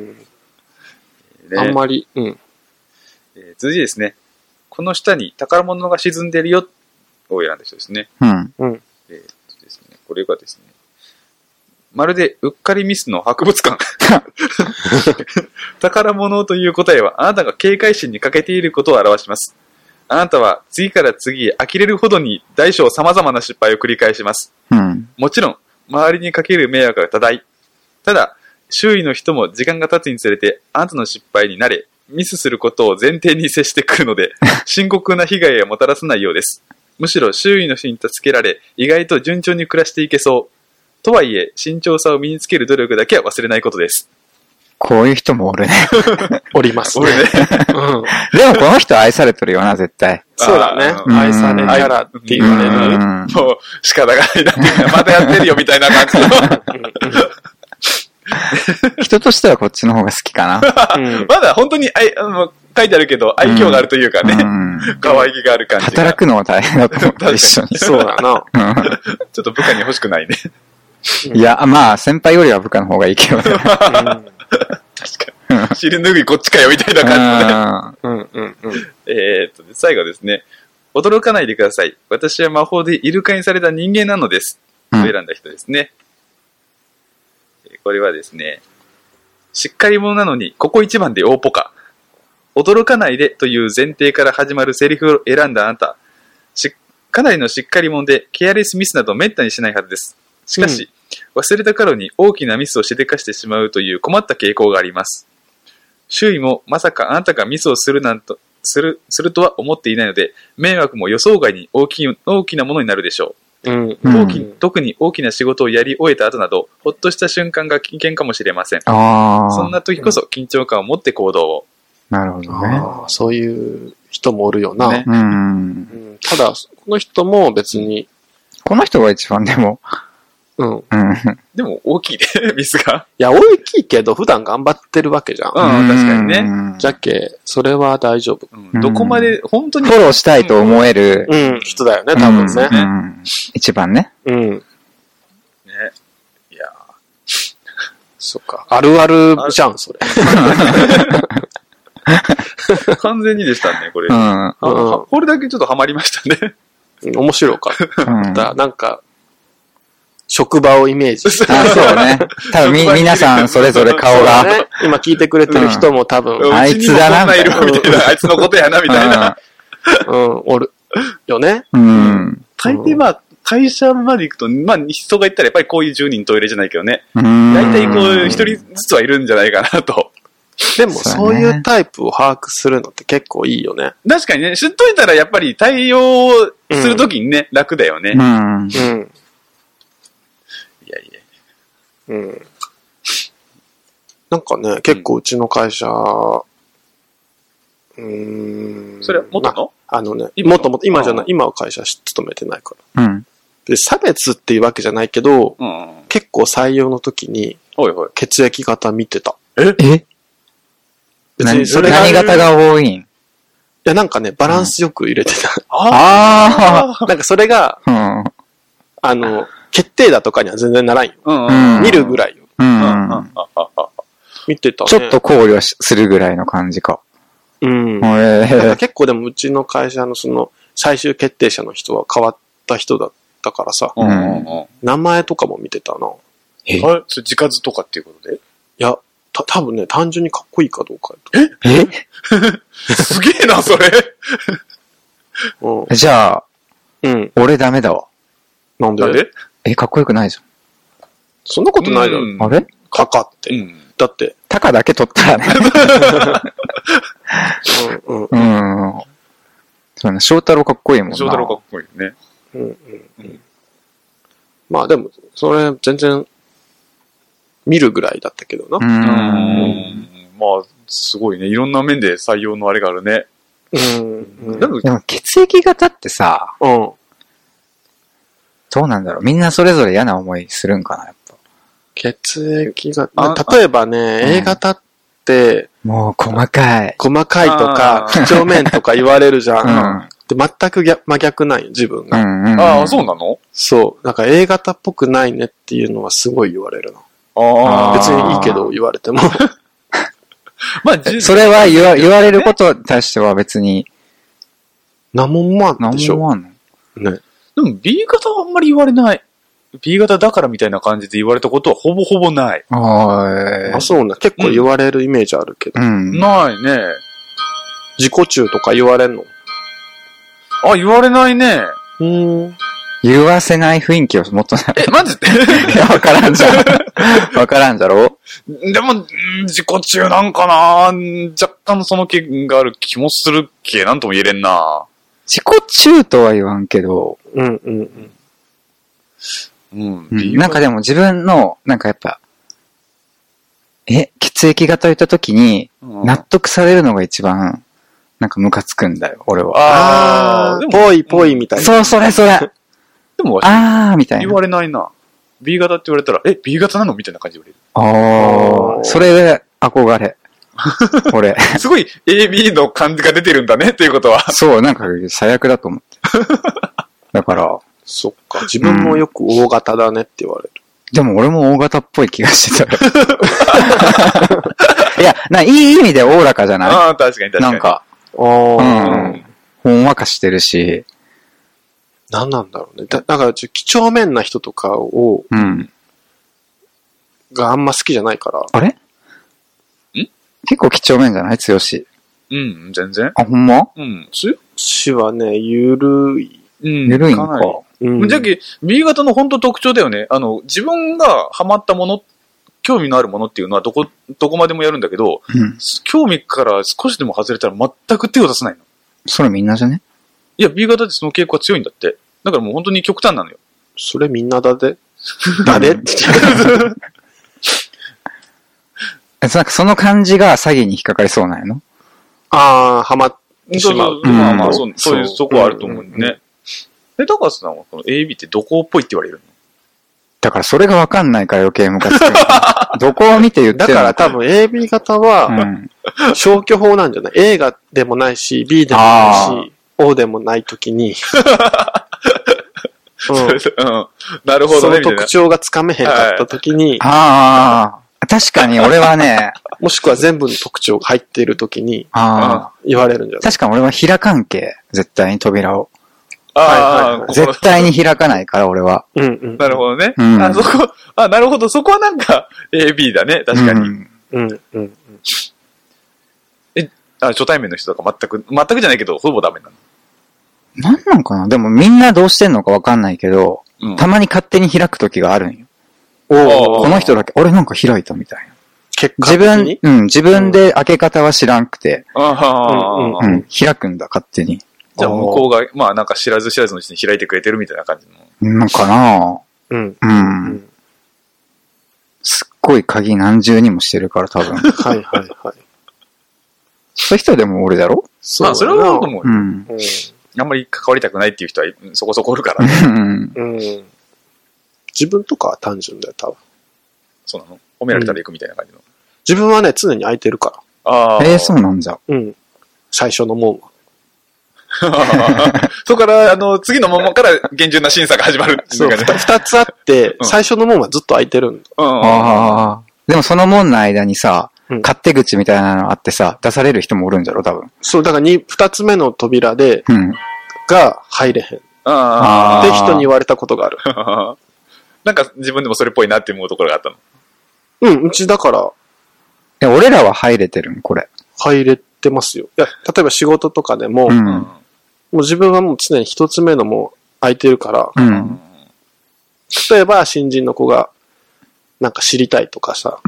ね、あんまり、うん。 えー、続いてですね、この下に宝物が沈んでるよを選んだ人ですね。 うん。 うん。 えー、っとですね、これがですね、まるでうっかりミスの博物館。宝物という答えはあなたが警戒心に欠けていることを表します。あなたは次から次へ呆れるほどに大小様々な失敗を繰り返します。 うん、 もちろん、周りにかける迷惑は多大。ただ、周囲の人も時間が経つにつれてあなたの失敗に慣れ、ミスすることを前提に接してくるので、深刻な被害をもたらさないようです。むしろ周囲の人に助けられ、意外と順調に暮らしていけそう。とはいえ、慎重さを身につける努力だけは忘れないことです。 こういう人もおるね。 おりますね。 ねうん、でもこの人愛されてるよな、絶対。 そうだね。愛されキャラって言われる。 もう仕方がないなっていうまたやってるよみたいな感じの。 人としてはこっちの方が好きかな。 うん、まだ本当に愛、あの、書いてあるけど愛嬌があるというかね。うん、可愛げがある感じが。 働くのは大変だと思った一緒に。 そうだな。 ちょっと部下に欲しくないね。 いや、まあ、先輩よりは部下の方がいいけどね。うん、確かに。尻拭いこっちかよ、みたいな感じで、ね。うんうんうん。えーっと、最後ですね。驚かないでください。私は魔法でイルカにされた人間なのです。と選んだ人ですね。うん、これはですね、しっかり者なのに、ここ一番で大ポカ。驚かないでという前提から始まるセリフを選んだあなた。しかなりのしっかり者で、ケアレスミスなど滅多にしないはずです。しかし、うん、忘れた頃に大きなミスをしでかしてしまうという困った傾向があります。周囲もまさかあなたがミスをするなんと、する、するとは思っていないので、迷惑も予想外に大きい、大きなものになるでしょう。 うん大き特に大きな仕事をやり終えた後など、ほっとした瞬間が危険かもしれません。 あそんな時こそ緊張感を持って行動を。 なるほどね。 あそういう人もおるよな。 ね、うん、うん。 ただ、この人も別に。 この人が一番でも。 うん。うん。 でも大きいね、ミスが。 いや、大きいけど普段頑張ってるわけじゃん。 うん、確かにね。 じゃけ、それは大丈夫。 うん、どこまで、本当に。 フォローしたいと思える、 うん、人だよね、多分ね。 うん、一番ね。 うん。 ね。いやそっか。あるあるじゃん、それ。 完全にでしたね、これ。 うん。 あ、これだけちょっとハマりましたね。 面白かった。うん、なんか、職場をイメージして。 あ、そうね。多分み、皆さんそれぞれ顔が。 ね、今聞いてくれてる人も多分。 うん、あいつだな、みたいな。 あいつのことやな、みたいな。 うん、おる。よね。 うん。 大抵まあ、会社まで行くと、まあ、人が行ったらやっぱりこういうじゅうにんトイレじゃないけどね。大体こう、一人ずつはいるんじゃないかなと。 でも、そういうタイプを把握するのって結構いいよね。 確かにね、知っといたらやっぱり対応するときにね、うん、楽だよね。 うん。うん。 いやいや。 うん。なんかね、結構うちの会社、うーん。 それは元の、 まあのね、元々、今じゃない、今は会社勤めてないから。 うん。 で、差別っていうわけじゃないけど、 うん、 結構採用の時に、 おいおい血液型見てた。 ええ別にそれ何型が多いん？いや、なんかね、バランスよく入れてた。うん、 ああ。なんかそれが、 うん、 あの、決定打とかには全然ならんよ。 うんうん、 見るぐらいよ。 うんうん、 見てたね。 ちょっと考慮するぐらいの感じか。 うん。 えー、 結構でもうちの会社のその最終決定者の人は変わった人だったからさ、 うんうんうん、 名前とかも見てたな。 えあれそれ字数とかっていうことで？ いや、た、多分ね、単純にかっこいいかどうか。 ええすげえな、それ。 うん、 じゃあ、 うん。 俺ダメだわ。 なんで？ なんで？ え、かっこよくないじゃん。 そんなことないだろ。 うん、あれ？ タカって。 うん、 だって。 タカだけ取ったらね。 うんうん。 うん。そうね、翔太郎かっこいいもんな。 翔太郎かっこいいね。 うんうんうん。まあでも、それ全然、見るぐらいだったけどな。 うん。 うんまあ、すごいね。いろんな面で採用のあれがあるね。 うん。 でも、でも血液型ってさ、 うん。 どうなんだろう。みんなそれぞれ嫌な思いするんかな、やっぱ。 血液型。例えばね、A 型って、 もう細かい。 細かいとか、几帳面とか言われるじゃん。 うん、 で全く逆真逆ないよ、自分が。 うんうんうん、 ああ、そうなの？ そう。なんか A 型っぽくないねっていうのはすごい言われるな。 あ別にいいけど言われても。 まあ、それは言わ言われることに対しては別に。 何も思わんでしょ。 何も思わんのね。 でも B 型はあんまり言われない。B 型だからみたいな感じで言われたことはほぼほぼない。 ああ、そうね。結構言われるイメージあるけど。 うん、 ないね。 自己中とか言われんの？ あ、言われないね。 うーん。 言わせない雰囲気をもっとない。 え、マジで？ いや、わからんじゃん。わからんじゃろ？ でも、自己中なんかな若干その気がある気もするっけなんとも言えれんな。 自己中とは言わんけど。 うんうんうん。 うん。 うん、なんかでも自分の、なんかやっぱ、え、血液型を言った時に、納得されるのが一番、なんかムカつくんだよ、俺は。 あー、ぽいぽいみたいな。 そう、それそれ。 でも、 あー、みたいな。 言われないな。B 型って言われたら、え、B 型なのみたいな感じで言われる。あー、それで憧れ。俺。 すごい エービー の感じが出てるんだね、っていうことは。 そう、なんか最悪だと思って。だから。 そっか、自分もよく大型だねって言われる。 でも俺も大型っぽい気がしてた。いや、な、いい意味でおおらかじゃない？ ああ、確かに確かに。 なんか、 うん。 ほんわかしてるし。 何なんだろうね。だ, だから、几帳面な人とかを、 うん。 があんま好きじゃないから。 あれ？ん？結構几帳面じゃない？強し。 うん、全然。 あ、ほんま？ うん。強しはね、ゆるい。 うん。ゆるいんか。 うん、じゃけ、B 型の本当特徴だよね。あの、自分がハマったもの、興味のあるものっていうのはどこ、どこまでもやるんだけど、 うん、 興味から少しでも外れたら全く手を出さないの。 それみんなじゃね？ いや、B 型ってその傾向が強いんだって。だからもう本当に極端なのよ。 それみんなだでだでってなんかその感じが詐欺に引っかかりそうなんやの？ ああ、はま、 しまう。 まあまあ、そういう、そこはあると思うね。え、高瀬さんはこの エービー ってどこっぽいって言われるの？ だからそれがわかんないから余計ムカつく。どこを見て言ってるの？ だから多分 エービー 型は、消去法なんじゃない？ A がでもないし、B でもないし、O でもないときに、 うん、なるほどね。 その特徴がつかめへんかったときに、 ああ、確かに俺はね、 もしくは全部の特徴が入っているときに、言われるんじゃない？ 確かに俺は開かんけ、絶対に扉を。 ああ、 絶対に開かないから、俺は。 うんうん。 なるほどね。 うん、 あ、そこ、あ、なるほど。そこはなんか エービー だね。確かに。うん。 うんうん。 え、あ、初対面の人とか全く、全くじゃないけど、ほぼダメなの？ なんなんかな？でもみんなどうしてんのかわかんないけど、うん、たまに勝手に開く時があるんよ。おこの人だけ、俺なんか開いたみたいな。 結果自分、うん、自分で開け方は知らんくて、 うん、 うん、開くんだ、勝手に。 じゃあ向こうが、まあなんか知らず知らずのうちに開いてくれてるみたいな感じの。 なんかなうん。 うん。すっごい鍵何重にもしてるから多分。 はいはいはい。 そういう人でも俺だろ？ まあそれは僕も、 うん。 あんまり関わりたくないっていう人はそこそこおるからね。 うん。自分とかは単純だよ、多分。 そうなの？褒められたら行くみたいな感じの。 自分はね、常に空いてるから。 ああ。 えー、そうなんじゃ。 うん。最初の門は。 そこから、あの、次の門から厳重な審査が始まるっていう感じ。 そう、二つあって、最初の門はずっと開いてるんだ。 うん、ああ。でもその門の間にさ、うん、勝手口みたいなのあってさ、出される人もおるんじゃろ、多分。 そう、だからに、二つ目の扉で、うん、が入れへん。 ああ。って人に言われたことがある。 なんか自分でもそれっぽいなって思うところがあったの？ うん、うちだから。 え、俺らは入れてるん？これ。 入れてますよ。いや、例えば仕事とかでも、うん、もう自分はもう常に一つ目のもう空いてるから、うん、例えば新人の子がなんか知りたいとかさ、うん、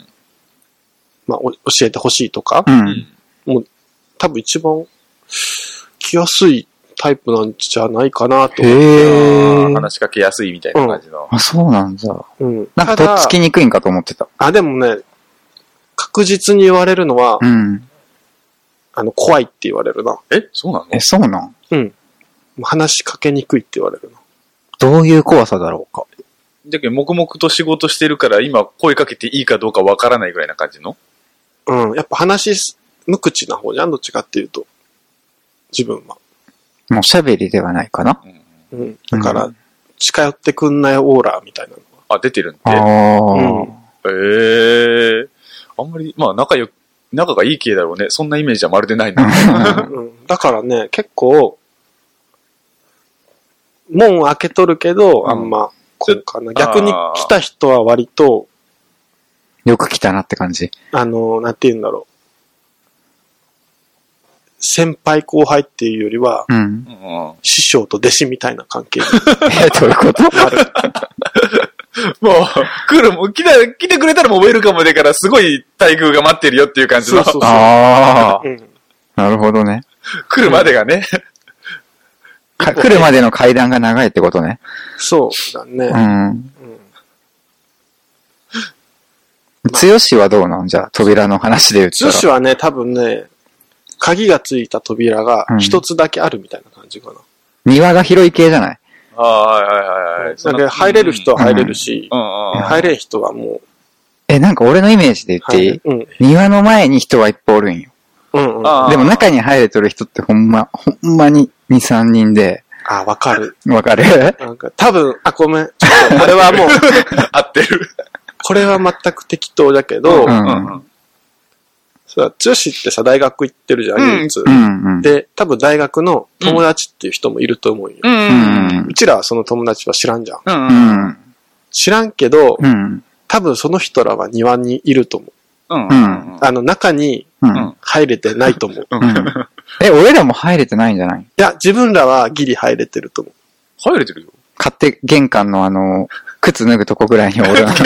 まあ、教えてほしいとか、うん、もう多分一番来やすいタイプなんじゃないかなと思って。 へー。話しかけやすいみたいな感じの。 うん、あ、そうなんだ。 うん。 なんかとっつきにくいんかと思ってた。 あ、でもね、確実に言われるのは、うん、あの、怖いって言われるな。 え、そうなの？ え、そうなん？ うん。話しかけにくいって言われるな。 どういう怖さだろうか。 だけど、黙々と仕事してるから、今声かけていいかどうかわからないぐらいな感じの？ うん。やっぱ話、無口な方じゃん、どっちかっていうと。自分は。 もう喋りではないかな。 うん。だから、うん、近寄ってくんないオーラみたいなのが。あ、出てるんで。 ああ。 うん。ええー。あんまり、まあ仲良く、仲がいい系だろうね。そんなイメージはまるでないな。 うん、だからね、結構、門開けとるけど、うん、あんま、こうかな。逆に来た人は割と、 よく来たなって感じ。 あの、なんて言うんだろう。先輩後輩っていうよりは、うん、師匠と弟子みたいな関係。 え、どういうことあるもう、来る、もう来て、来てくれたらもうウェルカムでからすごい待遇が待ってるよっていう感じの。 そうそうそう。 ああ、うん。なるほどね。 来るまでがね。 か来るまでの階段が長いってことね。 そうだね。 うん。つよしはどうなんじゃあ、扉の話で言ったら。 つよしはね、多分ね、鍵がついた扉が一つだけあるみたいな感じかな。 うん、庭が広い系じゃない？ ああ、はいはいはいはい。 だから入れる人は入れるし、うんうん、入れん人はもう。 え、なんか俺のイメージで言っていい？うん、庭の前に人はいっぱいおるんよ。 うんうん、 でも中に入れとる人ってほんま、ほんまにに、さんにんで。 あ、わかる。 わかる？ なんか多分、あ、ごめん。これはもう、 合ってる。 これは全く適当だけど、うんうんそう、剛ってさ、大学行ってるじゃん、唯一、うんうん。で、多分大学の友達っていう人もいると思うよ。うん、うちらはその友達は知らんじゃん。うんうん、知らんけど、うん、多分その人らは庭にいると思う。うんうん、あの、中に入れてないと思う。うんうん、 え、俺らも入れてないんじゃない？いや、自分らはギリ入れてると思う。 入れてるよ。 買って玄関のあの、靴脱ぐとこぐらいに俺は。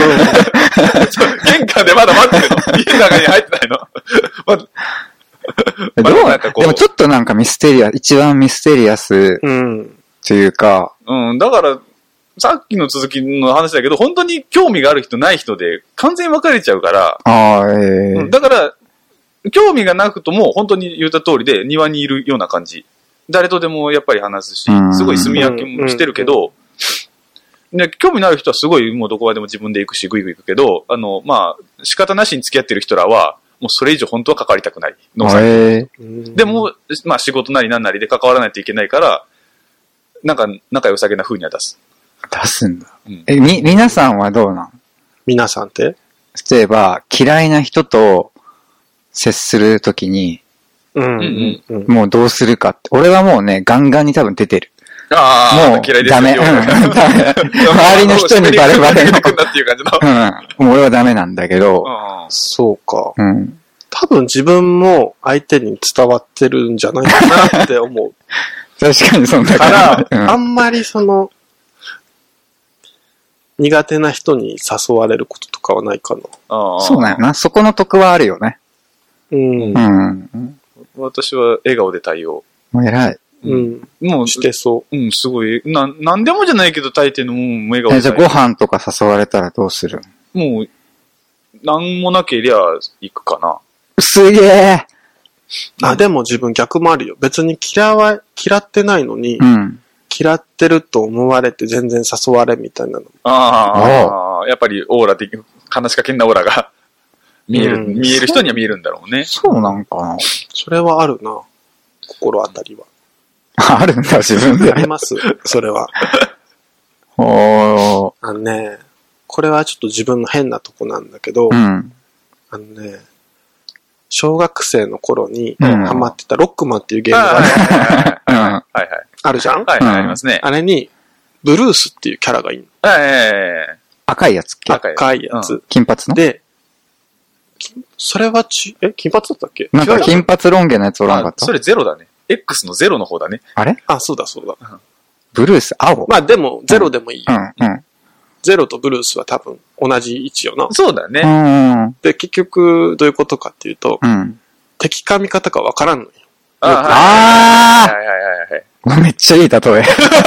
玄関でまだ待ってるの？家の中に入ってないの？まだどうなんかこうでもちょっとなんかミステリアス、一番ミステリアスというか。 うん、うん、だから、さっきの続きの話だけど、本当に興味がある人ない人で完全に分かれちゃうから。 ああ、ええー。 だから、 興味がなくとも、本当に言った通りで、庭にいるような感じ。誰とでもやっぱり話すし、すごい住み分けもしてるけど、ね、興味のある人はすごいもうどこまでも自分で行くし、ぐいぐい行くけど、あの、まあ、仕方なしに付き合ってる人らは、もうそれ以上本当は関わりたくない。農作業。でも、まあ仕事なりなんなりで関わらないといけないから、なんか仲良さげな風には出す。 出すんだ。うん、え、み、皆さんはどうなん皆さんって例えば、嫌いな人と接するときに、 うんうんうん、 もうどうするかって。俺はもうね、ガンガンに多分出てる。 ああ、もう嫌いですダメ。うん、周りの人にバレバレの。うん。もう俺はダメなんだけど。 そうか。 うん。 多分自分も相手に伝わってるんじゃないかなって思う。 確かにそんなから、うん、あんまりその、苦手な人に誘われることとかはないかな。 あそうなんよな。そこの得はあるよね。 うん。 うん。 私は笑顔で対応。 もう偉い。 うん。もうしてそう。 うん、すごい。な、なんでもじゃないけど大抵のもう笑顔で。 じゃあご飯とか誘われたらどうする？ もう、なんもなけりゃ行くかな。 すげえ。 あ、でも自分逆もあるよ。別に嫌わ、嫌ってないのに、 うん、 嫌ってると思われて全然誘われみたいなの。 ああ、やっぱりオーラ的、話しかけんなオーラが見える、うん、見える人には見えるんだろうね。 そうなんかな。 それはあるな。心当たりは。 あるんだ、自分で。 あります、それは。 おー。 あのね、これはちょっと自分の変なとこなんだけど、 うん、 あのね、小学生の頃にハマってたロックマンっていうゲームがあるじゃん？ はいはい、ありますね。 あれに、ブルースっていうキャラがいるの。 赤いやつっけ？ 赤いやつ。 金髪の？ で、それはち、え、金髪だったっけ？ なんか金髪ロン毛のやつおらんかった？ それゼロだね。X のゼロの方だね。 あれ？ あ、そうだそうだ。 ブルース、青？ まあでも、ゼロでもいい。 うんうん。 ゼロとブルースは多分同じ位置よな。 そうだね。 うん、 で、結局、どういうことかっていうと、 うん、 敵か味方かわからんのよ。 ああ、 はいはいはいはい。 めっちゃいい例え。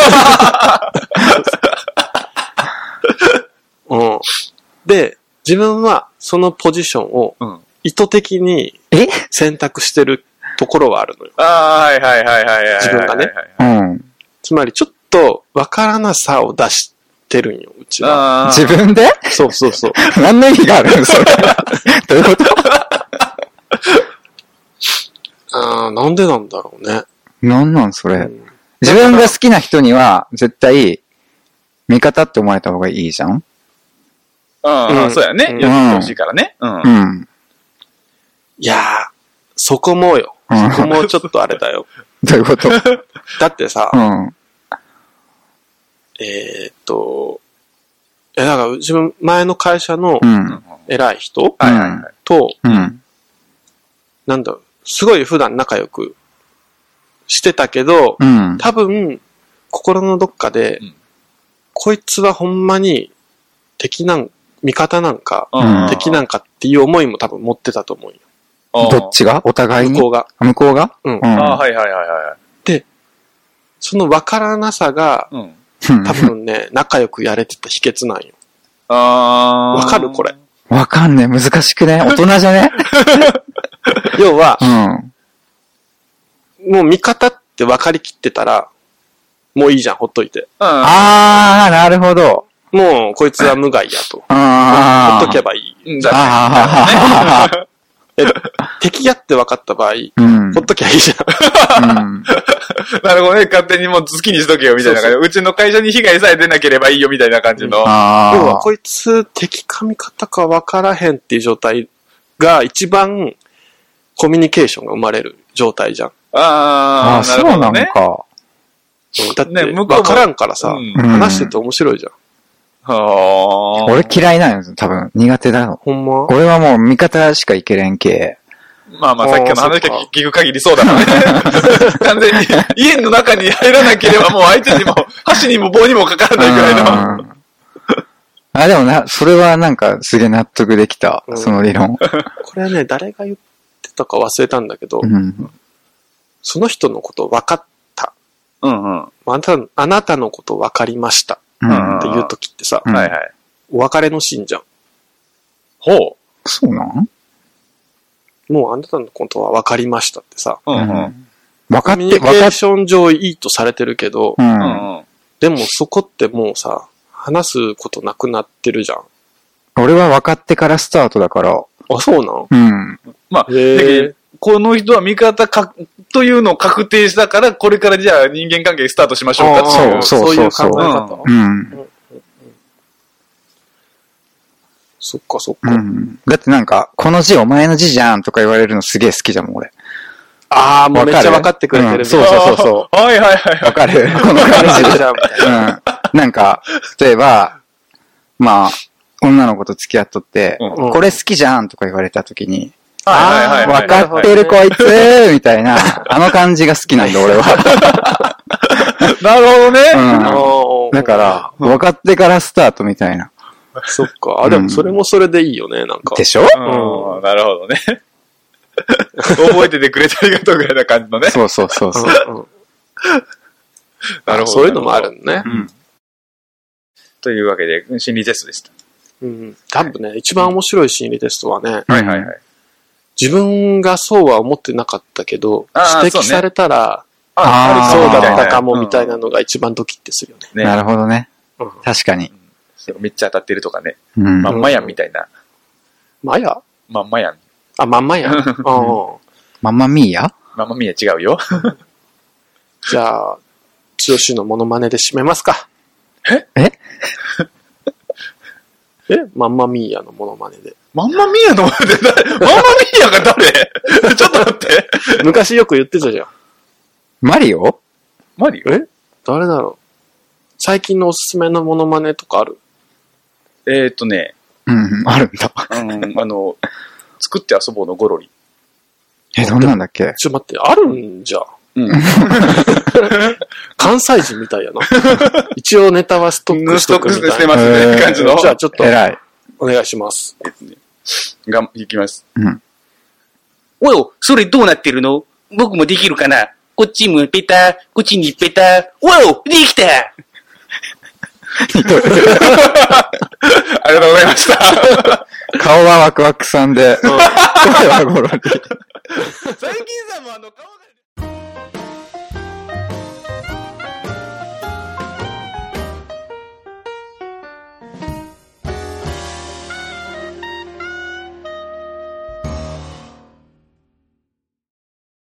うん。で、自分はそのポジションを意図的に選択してるところはあるのよ。 ああ、はいはいはいはい。 自分がね。 うん。 つまりちょっとわからなさを出してるんよ、うちは。 自分で？ そうそうそう。 何の意味があるのそれ。どういうこと？ ああ、なんでなんだろうね。 なんなんそれ、うん。自分が好きな人には絶対味方って思われた方がいいじゃん？ ああ、そうやね。うん、やってほしいからね。うん。 うん。 いやー、そこもよ。そこもちょっとあれだよ。 どういうこと？ だってさ、 うん、 えー、っと、え、だから自分、前の会社の偉い人、 うん、 と、 うん、 なんだろう、すごい普段仲良くしてたけど、 うん、 多分、心のどっかで、うん、こいつはほんまに敵なん、味方なんか、うん、敵なんかっていう思いも多分持ってたと思うよ。 どっちが？お互いに？ 向こうが。 向こうが？ うん。 ああ、はいはいはいはい。 で、その分からなさが、うん、多分ね、仲良くやれてた秘訣なんよ。 ああ。わかるこれ。 わかんねえ。難しくね？大人じゃね？ 要は、 うん、 もう味方って分かりきってたら、もういいじゃん、ほっといて。 ああ、なるほど。 もう、こいつは無害やと。 あほっとけばいい。 だね。え、敵やって分かった場合、 うん、 ほっときゃいいじゃん。うん、 なるほどね。勝手にもう好きにしとけよ、みたいな感じで。うちの会社に被害さえ出なければいいよ、みたいな感じの。 うん、要は、こいつ敵か味方か分からへんっていう状態が一番コミュニケーションが生まれる状態じゃん。 ああ、なるほどね。 そうなのか。 だって、分からんからさ、うん、話してて面白いじゃん。 はあ。 俺嫌いなんですよ、多分。苦手だの。 ほんま？ 俺はもう味方しかいけれんけ。 まあまあ、さっきの話が聞く限りそうだからね。完全に、家の中に入らなければもう相手にも、箸にも棒にもかからないくらいの。 あ、でもな、それはなんかすげえ納得できた、うん、その理論。 これはね、誰が言ってたか忘れたんだけど、 うん、 その人のこと分かった。 うんうん。 あなた、あなたのこと分かりました。っていう時ってさ、 はいはい。 お別れのシーンじゃん。 ほう。 そうなん？ もうあなたのことは分かりましたってさ。 うんうん。 分かって、 コミュニケーション上いいとされてるけど、 うんうん、 でもそこってもうさ、話すことなくなってるじゃん。 俺は分かってからスタートだから。 あ、そうなんうん。 まあ、でこの人は味方か、というのを確定したから、これからじゃあ人間関係スタートしましょうかっていう。 そうそうそう。 そういう考え方。 うん。うん、 そっかそっか、 うん。だってなんか、この字お前の字じゃんとか言われるのすげえ好きじゃん、俺。 ああ、もうめっちゃ分かってくれてる、 うん。そうそうそうそう。 はいはいはい。 わかるこの感じじゃん、みたいな。うん。なんか、例えば、まあ、女の子と付き合っとって、うん、これ好きじゃんとか言われた時に、ああ、分かってるこいつみたいな、あの感じが好きなんだ、俺は。 なるほどね。 うん。だから、分かってからスタートみたいな。 そっか。あ、でもそれもそれでいいよね、なんか。 でしょ？ うん。なるほどね。覚えててくれてありがとうぐらいな感じのね。 そうそうそうそう。うんうん、 なるほど。そういうのもあるね。 うん。というわけで、心理テストでした。 うん。多分ね、はい、一番面白い心理テストはね、 はいはいはい。 自分がそうは思ってなかったけど、指摘されたら、 ああそうだったかもみたいなのが一番ドキッてするよね。 ねなるほどね。うん、確かに。 めっちゃ当たってるとかね。 うん、 まんまやんみたいな。 まやまんまやん。 あ、まんまやん。 マンマミーヤマンマミーヤ違うよ。 じゃあ、剛のモノマネで締めますか。 えええマンマミーヤのモノマネで。 マンマミーヤのモノマネで誰マンマミーヤが誰ちょっと待って。 昔よく言ってたじゃん。 マリオマリオえ誰だろう最近のおすすめのモノマネとかあるえーっとね。 うん、あるんだ。 うん、あの、作って遊ぼうのゴロリ。 え、どんなんだっけちょっと待って、あるんじゃ。 うん。 関西人みたいやな。一応ネタはストックしとくみたいな。 ストックしてますね、感じの。 じゃあちょっと、 偉い。 お願いします。 がん、いきます。 うん。 およ、それどうなってるの？僕もできるかな？こっちもペタ、こっちにペタ。およ、できた！ ありがとうございました。 顔はワクワクさんで、声はゴロリ。 最近さ、もうあの顔が